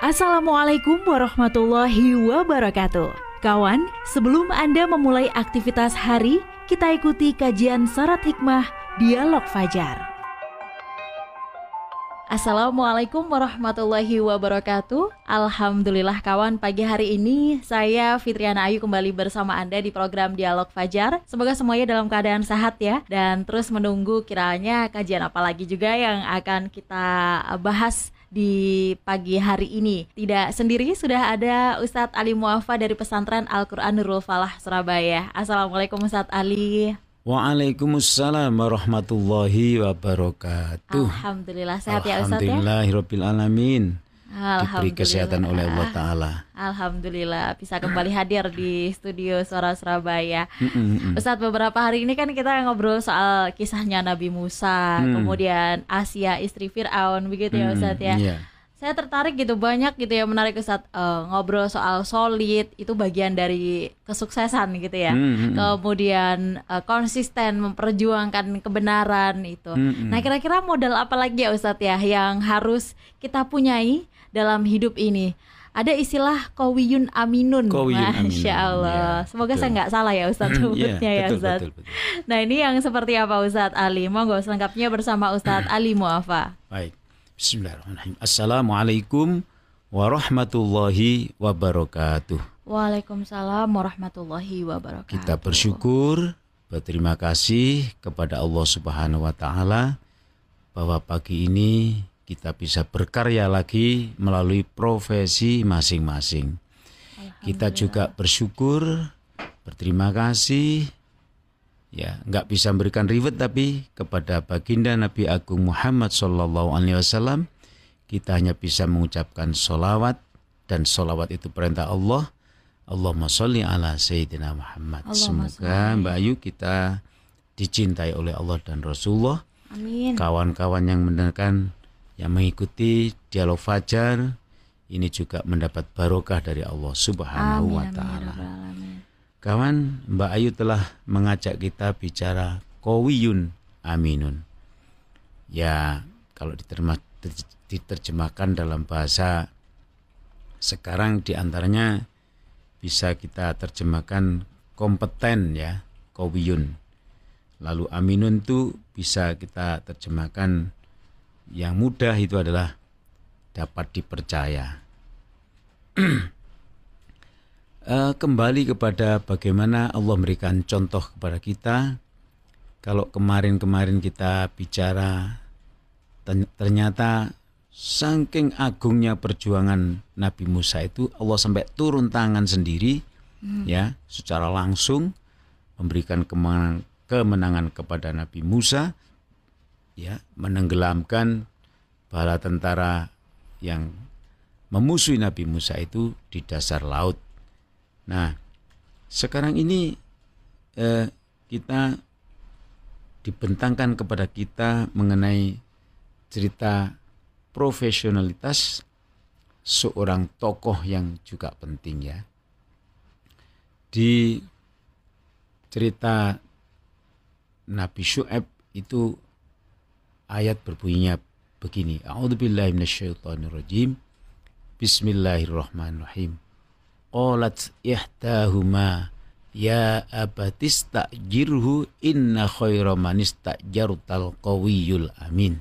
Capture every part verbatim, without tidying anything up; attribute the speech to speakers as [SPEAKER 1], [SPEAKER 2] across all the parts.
[SPEAKER 1] Assalamualaikum warahmatullahi wabarakatuh. Kawan, sebelum Anda memulai aktivitas hari, kita ikuti kajian Syarat Hikmah Dialog Fajar. Assalamualaikum warahmatullahi wabarakatuh. Alhamdulillah kawan, pagi hari ini saya Fitriana Ayu kembali bersama Anda di program Dialog Fajar. Semoga semuanya dalam keadaan sehat ya, dan terus menunggu kiranya kajian apa lagi juga yang akan kita bahas di pagi hari ini. Tidak sendiri, sudah ada Ustadz Ali Muafa dari Pesantren Al-Quran Nurul Falah Surabaya. Assalamualaikum Ustadz Ali.
[SPEAKER 2] Waalaikumsalam warahmatullahi wabarakatuh.
[SPEAKER 1] Alhamdulillah sehat ya Ustadz ya.
[SPEAKER 2] Alhamdulillahirabbil alamin. Diberi kesehatan oleh Allah Ta'ala.
[SPEAKER 1] Alhamdulillah bisa kembali hadir di studio Suara Surabaya. Mm-mm. Ustadz, beberapa hari ini kan kita ngobrol soal kisahnya Nabi Musa, mm. kemudian Asia istri Fir'aun, begitu ya Ustadz ya. Yeah. Saya tertarik gitu, banyak gitu ya menarik Ustadz, uh, ngobrol soal solid, itu bagian dari kesuksesan gitu ya. Mm-hmm. Kemudian uh, konsisten memperjuangkan kebenaran itu. Mm-hmm. Nah kira-kira modal apa lagi ya Ustadz ya yang harus kita punyai dalam hidup ini? Ada istilah Qawiyun Aminun.
[SPEAKER 2] Qawiyun
[SPEAKER 1] Masya Allah. Ya, Semoga betul. Saya nggak salah ya Ustadz sebutnya ya, ya Ustadz. Betul, betul, betul. Nah ini yang seperti apa Ustadz Ali? Monggo selengkapnya bersama Ustadz Ali Muafa.
[SPEAKER 2] Baik. Bismillahirrahmanirrahim. Assalamualaikum warahmatullahi wabarakatuh.
[SPEAKER 1] Waalaikumsalam warahmatullahi wabarakatuh.
[SPEAKER 2] Kita bersyukur, berterima kasih kepada Allah Subhanahu wa Ta'ala bahwa pagi ini kita bisa berkarya lagi melalui profesi masing-masing. Kita juga bersyukur, berterima kasih, ya nggak bisa memberikan reward, tapi kepada baginda Nabi Agung Muhammad Sallallahu Alaihi Wasallam kita hanya bisa mengucapkan sholawat, dan sholawat itu perintah Allah. Allahumma sholli ala Sayyidina Muhammad. Allahumma Semoga Mbak Ayu kita dicintai oleh Allah dan Rasulullah.
[SPEAKER 1] Amin.
[SPEAKER 2] Kawan-kawan yang mendengarkan, yang mengikuti Dialog Fajar ini juga mendapat barokah dari Allah Subhanahu wa Ta'ala. Kawan, Mbak Ayu telah mengajak kita bicara Qawiyun Aminun. Ya, kalau diterjemahkan dalam bahasa sekarang diantaranya bisa kita terjemahkan kompeten ya, Qawiyun. Lalu Aminun itu bisa kita terjemahkan yang mudah itu adalah dapat dipercaya. Uh, kembali kepada bagaimana Allah memberikan contoh kepada kita. Kalau kemarin-kemarin kita bicara, ternyata saking agungnya perjuangan Nabi Musa itu, Allah sampai turun tangan sendiri, hmm. ya, secara langsung memberikan kemenangan, kemenangan kepada Nabi Musa, ya, menenggelamkan bala tentara yang memusuhi Nabi Musa itu di dasar laut. Nah, sekarang ini eh, kita dibentangkan kepada kita mengenai cerita profesionalitas seorang tokoh yang juga penting ya. Di cerita Nabi Syu'aib itu ayat berbunyinya begini. A'udzubillahi minasyaitonirrajim. Bismillahirrahmanirrahim. Qalat ihdahuma ya abatistajirhu inna khaira man istajartal qawiyul amin.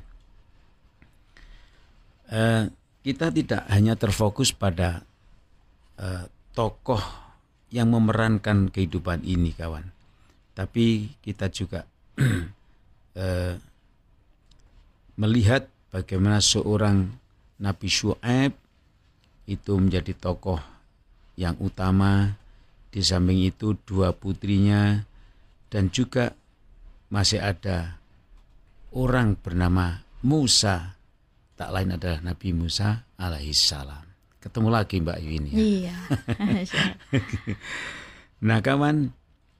[SPEAKER 2] Uh, kita tidak hanya terfokus pada uh, tokoh yang memerankan kehidupan ini kawan, tapi kita juga uh, melihat bagaimana seorang Nabi Syu'aib itu menjadi tokoh yang utama. Di samping itu dua putrinya, dan juga masih ada orang bernama Musa, tak lain adalah Nabi Musa alaihissalam. Ketemu lagi Mbak Yu ini ya.
[SPEAKER 1] Iya.
[SPEAKER 2] Nah kawan,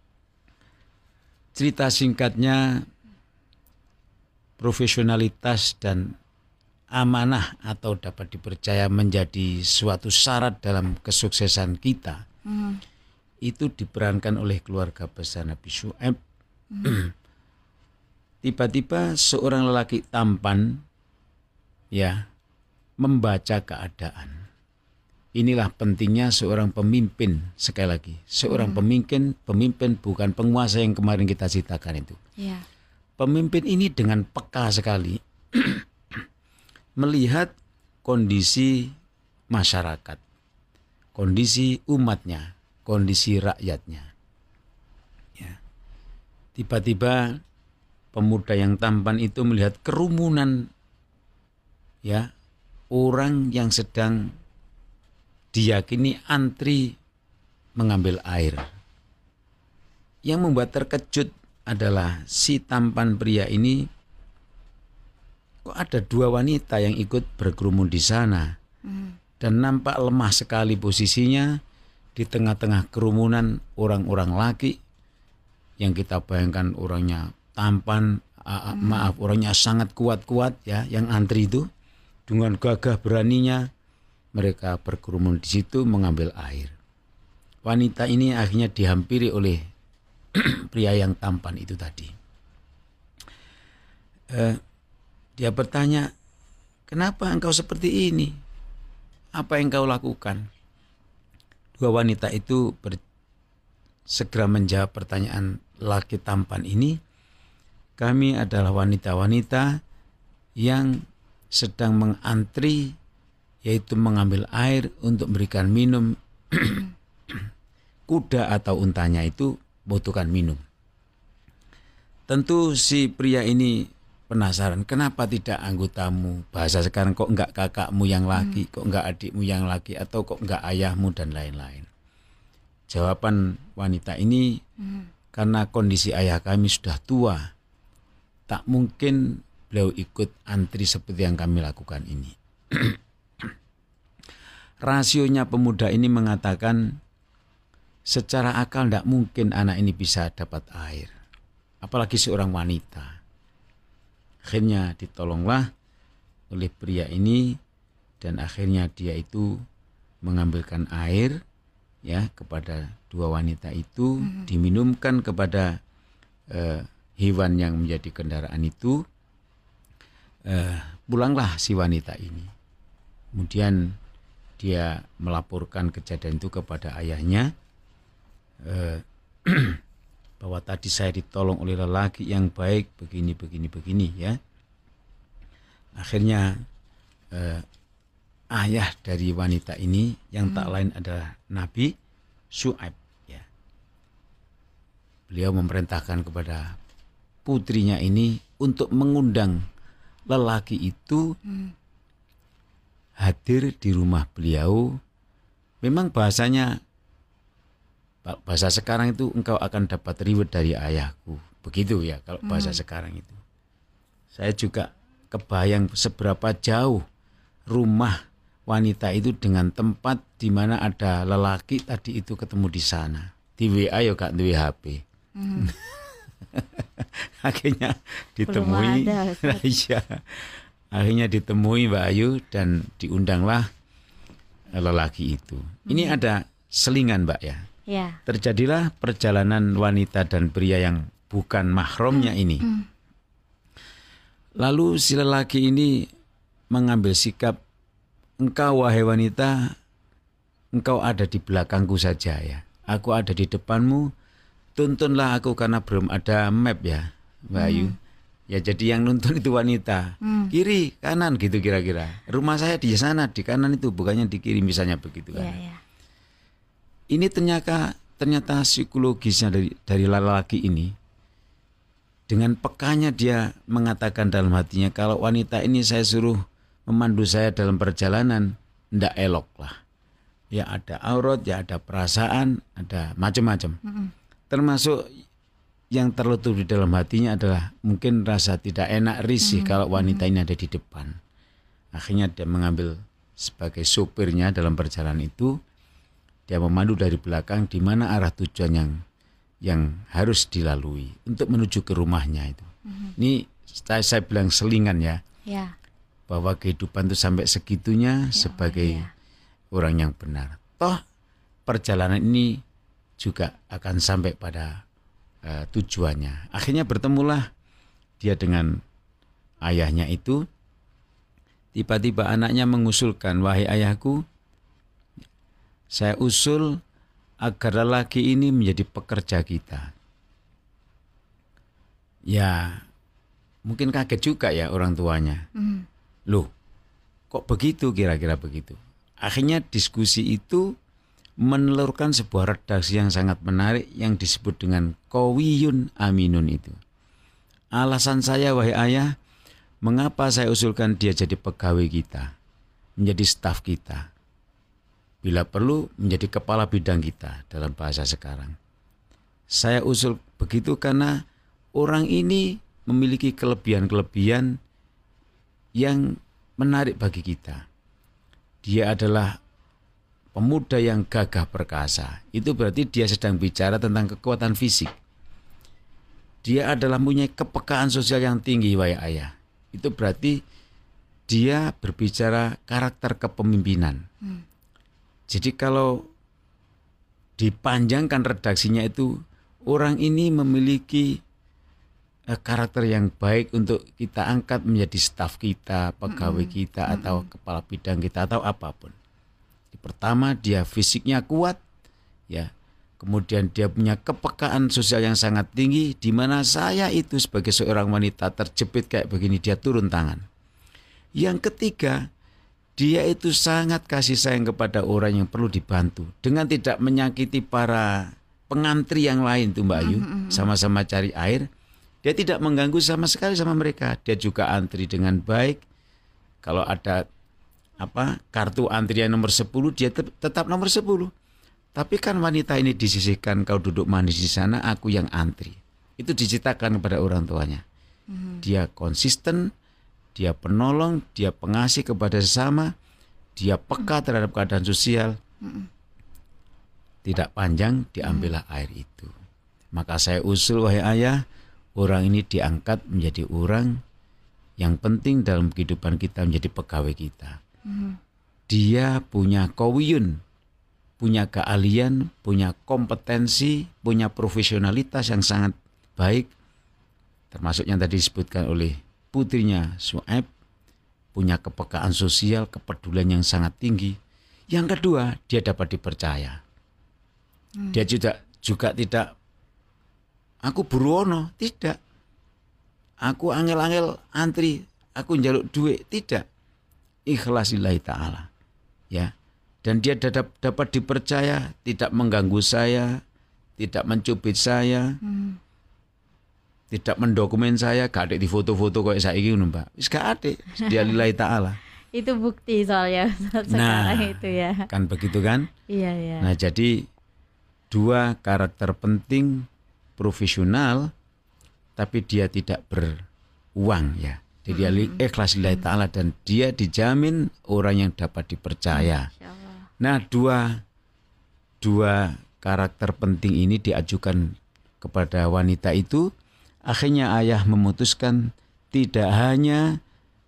[SPEAKER 2] cerita singkatnya, profesionalitas dan amanah atau dapat dipercaya menjadi suatu syarat dalam kesuksesan kita. Hmm. Itu diperankan oleh keluarga besar Nabi Syu'aib. Hmm. Tiba-tiba seorang lelaki tampan ya membaca keadaan. inilah pentingnya seorang pemimpin. Sekali lagi, seorang hmm. pemimpin, pemimpin bukan penguasa yang kemarin kita ceritakan itu.
[SPEAKER 1] Ya.
[SPEAKER 2] Pemimpin ini dengan peka sekali melihat kondisi masyarakat, kondisi umatnya, kondisi rakyatnya. Ya. Tiba-tiba pemuda yang tampan itu melihat kerumunan, ya, orang yang sedang diyakini antri mengambil air. Yang membuat terkejut adalah si tampan pria ini, kok ada dua wanita yang ikut berkerumun di sana. Hmm. Dan nampak lemah sekali posisinya di tengah-tengah kerumunan orang-orang laki yang kita bayangkan orangnya tampan, uh, hmm. maaf orangnya sangat kuat-kuat ya, yang antri itu dengan gagah beraninya mereka berkerumun di situ mengambil air. Wanita ini akhirnya dihampiri oleh pria yang tampan itu tadi. Uh, dia bertanya, kenapa engkau seperti ini? Apa yang kau lakukan? Dua wanita itu ber, segera menjawab pertanyaan laki tampan ini. Kami adalah wanita-wanita yang sedang mengantri, yaitu mengambil air untuk memberikan minum kuda atau untanya itu butuhkan minum. Tentu si pria ini penasaran, kenapa tidak anggotamu? Bahasa sekarang kok enggak kakakmu yang laki, hmm. kok enggak adikmu yang laki, atau kok enggak ayahmu dan lain-lain. Jawaban wanita ini, hmm. karena kondisi ayah kami sudah tua, tak mungkin beliau ikut antri seperti yang kami lakukan ini. Rasionya pemuda ini mengatakan secara akal tidak mungkin anak ini bisa dapat air, apalagi seorang wanita. Akhirnya ditolonglah oleh pria ini dan akhirnya dia itu mengambilkan air ya kepada dua wanita itu, mm-hmm. diminumkan kepada uh, hewan yang menjadi kendaraan itu. Uh, pulanglah si wanita ini. Kemudian dia melaporkan kejadian itu kepada ayahnya, uh, bahwa tadi saya ditolong oleh lelaki yang baik begini begini begini ya. Akhirnya uh, ayah dari wanita ini yang hmm. tak lain adalah Nabi Syuaib ya. Beliau memerintahkan kepada putrinya ini untuk mengundang lelaki itu hmm. hadir di rumah beliau. Memang bahasanya, bahasa sekarang itu, engkau akan dapat reward dari ayahku. Begitu ya kalau bahasa hmm. sekarang itu. Saya juga kebayang seberapa jauh rumah wanita itu dengan tempat di mana ada lelaki tadi itu ketemu di sana. Di W A ya gak duwe H P. Hmm. Akhirnya ditemui, ya, akhirnya ditemui Mbak Ayu dan diundanglah lelaki itu. Hmm. Ini ada selingan Mbak ya. Ya. Terjadilah perjalanan wanita dan pria yang bukan mahramnya hmm. ini. Hmm. Lalu si lelaki ini mengambil sikap, engkau wahai wanita, engkau ada di belakangku saja ya. Aku ada di depanmu. Tuntunlah aku karena belum ada map ya Mbak Ayu. Hmm. Ya jadi yang nuntun itu wanita. Hmm. Kiri, kanan gitu kira-kira. Rumah saya di sana, di kanan itu, bukannya di kiri misalnya begitu kan. Yeah, yeah. Ini ternyata ternyata psikologisnya dari dari lelaki ini. Dengan pekanya dia mengatakan dalam hatinya, kalau wanita ini saya suruh memandu saya dalam perjalanan, ndak elok lah. Ya ada aurat, ya ada perasaan, ada macam-macam. Hmm. Termasuk yang terletup di dalam hatinya adalah mungkin rasa tidak enak, risih hmm. kalau wanita ini ada di depan. Akhirnya dia mengambil sebagai sopirnya dalam perjalanan itu, dia memandu dari belakang di mana arah tujuan yang yang harus dilalui untuk menuju ke rumahnya itu. Hmm. Ini saya, saya bilang selingan ya, ya, bahwa kehidupan itu sampai segitunya ya, sebagai ya. orang yang benar. Toh perjalanan ini juga akan sampai pada uh, tujuannya. Akhirnya bertemulah dia dengan ayahnya itu. Tiba-tiba anaknya mengusulkan, wahai ayahku, saya usul agar lelaki ini menjadi pekerja kita. Ya, mungkin kaget juga ya orang tuanya. Mm. Loh, kok begitu, kira-kira begitu. Akhirnya diskusi itu menelurkan sebuah redaksi yang sangat menarik yang disebut dengan qawiyun aminun itu. Alasan saya, wahai ayah, mengapa saya usulkan dia jadi pegawai kita, menjadi staf kita, bila perlu menjadi kepala bidang kita dalam bahasa sekarang. Saya usul begitu karena orang ini memiliki kelebihan-kelebihan yang menarik bagi kita. Dia adalah pemuda yang gagah perkasa. Itu berarti dia sedang bicara tentang kekuatan fisik. Dia adalah punya kepekaan sosial yang tinggi, wahai ayah. Itu berarti dia berbicara karakter kepemimpinan. Hmm. Jadi kalau dipanjangkan redaksinya itu, orang ini memiliki karakter yang baik untuk kita angkat menjadi staf kita, pegawai mm-hmm. kita, atau mm-hmm. kepala bidang kita, atau apapun. Pertama, dia fisiknya kuat, ya. Kemudian dia punya kepekaan sosial yang sangat tinggi, di mana saya itu sebagai seorang wanita terjepit kayak begini, dia turun tangan. Yang ketiga, dia itu sangat kasih sayang kepada orang yang perlu dibantu, dengan tidak menyakiti para pengantri yang lain tuh Mbak Ayu, mm-hmm. sama-sama cari air. Dia tidak mengganggu sama sekali sama mereka. Dia juga antri dengan baik. Kalau ada apa kartu antrian nomor sepuluh, dia te- tetap nomor sepuluh. Tapi kan wanita ini disisihkan, kau duduk manis di sana, aku yang antri. Itu diceritakan kepada orang tuanya. Hmm. Dia konsisten, dia penolong, dia pengasih kepada sesama, dia peka terhadap keadaan sosial. Hmm. Tidak panjang, diambillah hmm. air itu. Maka saya usul, wahai ayah, orang ini diangkat menjadi orang yang penting dalam kehidupan kita, menjadi pegawai kita. Mm-hmm. Dia punya qawiyun, punya keahlian, punya kompetensi, punya profesionalitas yang sangat baik. Termasuk yang tadi disebutkan oleh putrinya Su'aib, punya kepekaan sosial, kepedulian yang sangat tinggi. Yang kedua, dia dapat dipercaya. Mm. Dia juga, juga tidak aku buruono, tidak. Aku angel-angel antri, aku njaluk duit, tidak. Ikhlasillahi ta'ala. Ya. Dan dia dapat, dapat dipercaya, tidak mengganggu saya, tidak mencubit saya, hmm. tidak mendokumen saya, gak ada di foto-foto kayak saiki ngono, Mbak. Wis gak ada, dia lillahi ta'ala.
[SPEAKER 1] Itu bukti soalnya sekarang nah, itu ya.
[SPEAKER 2] Kan begitu kan?
[SPEAKER 1] Iya, iya.
[SPEAKER 2] Nah, jadi dua karakter penting, profesional, tapi dia tidak beruang ya. Jadi dia mm-hmm. ikhlas lillahi ta'ala, dan dia dijamin orang yang dapat dipercaya. Nah, dua dua karakter penting ini diajukan kepada wanita itu. Akhirnya ayah memutuskan, tidak hanya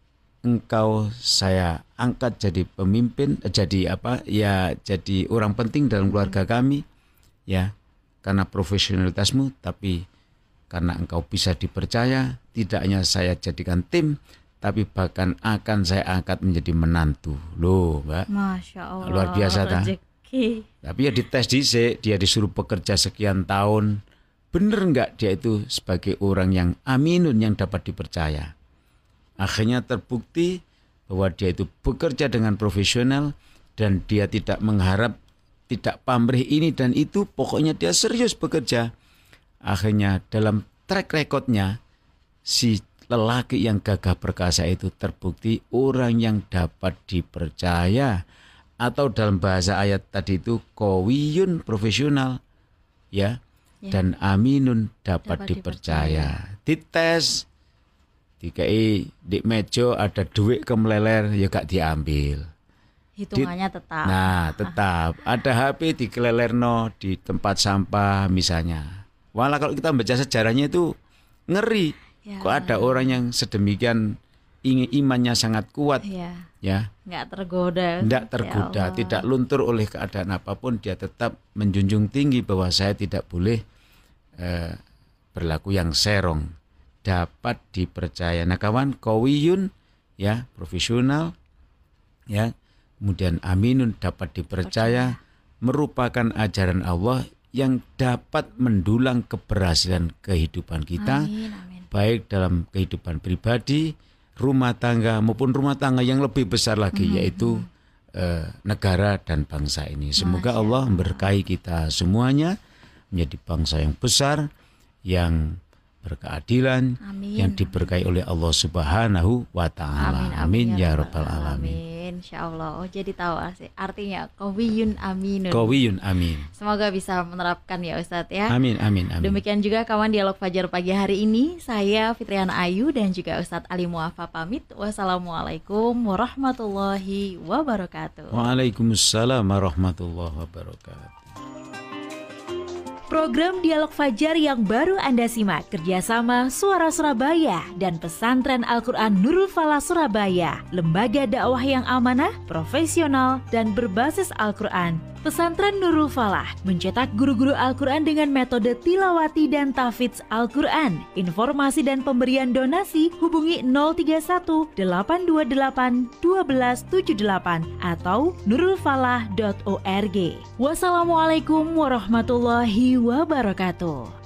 [SPEAKER 2] engkau saya angkat jadi pemimpin, jadi apa ya, jadi orang penting dalam keluarga kami ya, karena profesionalitasmu, tapi karena engkau bisa dipercaya, tidak hanya saya jadikan tim, tapi bahkan akan saya angkat menjadi menantu. Loh, Mbak.
[SPEAKER 1] Masya Allah.
[SPEAKER 2] Luar biasa tak? Tapi ya dites dhisik, dia disuruh bekerja sekian tahun. Bener enggak dia itu sebagai orang yang aminun, yang dapat dipercaya? Akhirnya terbukti bahwa dia itu bekerja dengan profesional, dan dia tidak mengharap, tidak pamrih ini dan itu, pokoknya dia serius bekerja. Akhirnya dalam track recordnya, si lelaki yang gagah perkasa itu terbukti orang yang dapat dipercaya, atau dalam bahasa ayat tadi itu qawiyun, profesional ya, ya. Dan aminun, dapat, dapat dipercaya. dipercaya. Dites, dikai di meja ada duit kemeleler, ya gak diambil.
[SPEAKER 1] Hitungannya tetap.
[SPEAKER 2] Nah, tetap. Ada H P dikelelerno di tempat sampah misalnya. Walau kalau kita baca sejarahnya itu ngeri. Ya. Kok ada orang yang sedemikian ingin imannya sangat kuat.
[SPEAKER 1] Ya.
[SPEAKER 2] Ya.
[SPEAKER 1] Nggak tergoda.
[SPEAKER 2] Nggak tergoda, ya, tidak luntur oleh keadaan apapun, dia tetap menjunjung tinggi bahwa saya tidak boleh eh, berlaku yang serong. Dapat dipercaya. Nah, kawan, qawiyun ya, profesional ya. Kemudian aminun, dapat dipercaya, merupakan ajaran Allah yang dapat mendulang keberhasilan kehidupan kita,
[SPEAKER 1] Amin, amin.
[SPEAKER 2] baik dalam kehidupan pribadi, rumah tangga maupun rumah tangga yang lebih besar lagi, mm-hmm. yaitu eh, negara dan bangsa ini. Semoga Masya Allah memberkahi kita semuanya menjadi bangsa yang besar, yang berkeadilan,
[SPEAKER 1] amin.
[SPEAKER 2] yang diberkahi oleh Allah Subhanahu wa Ta'ala. Amin, amin, amin ya rabbal alamin.
[SPEAKER 1] Insya Allah. Oh, jadi tahu artinya Qawiyun Aminun.
[SPEAKER 2] Qawiyun Amin.
[SPEAKER 1] Semoga bisa menerapkan ya Ustadz ya.
[SPEAKER 2] Amin, amin, amin.
[SPEAKER 1] Demikian juga kawan Dialog Fajar pagi hari ini. Saya Fitriana Ayu dan juga Ustadz Ali Muafa pamit. Wassalamualaikum warahmatullahi wabarakatuh.
[SPEAKER 2] Waalaikumsalam warahmatullahi wabarakatuh.
[SPEAKER 3] Program Dialog Fajar yang baru Anda simak kerjasama Suara Surabaya dan Pesantren Al-Quran Nurul Falah Surabaya, lembaga dakwah yang amanah, profesional, dan berbasis Al-Quran. Pesantren Nurul Falah mencetak guru-guru Al-Quran dengan metode tilawati dan tahfidz Al-Quran. Informasi dan pemberian donasi hubungi nol tiga satu delapan dua delapan satu dua tujuh delapan atau nurulfalah dot org. Wassalamualaikum warahmatullahi wabarakatuh.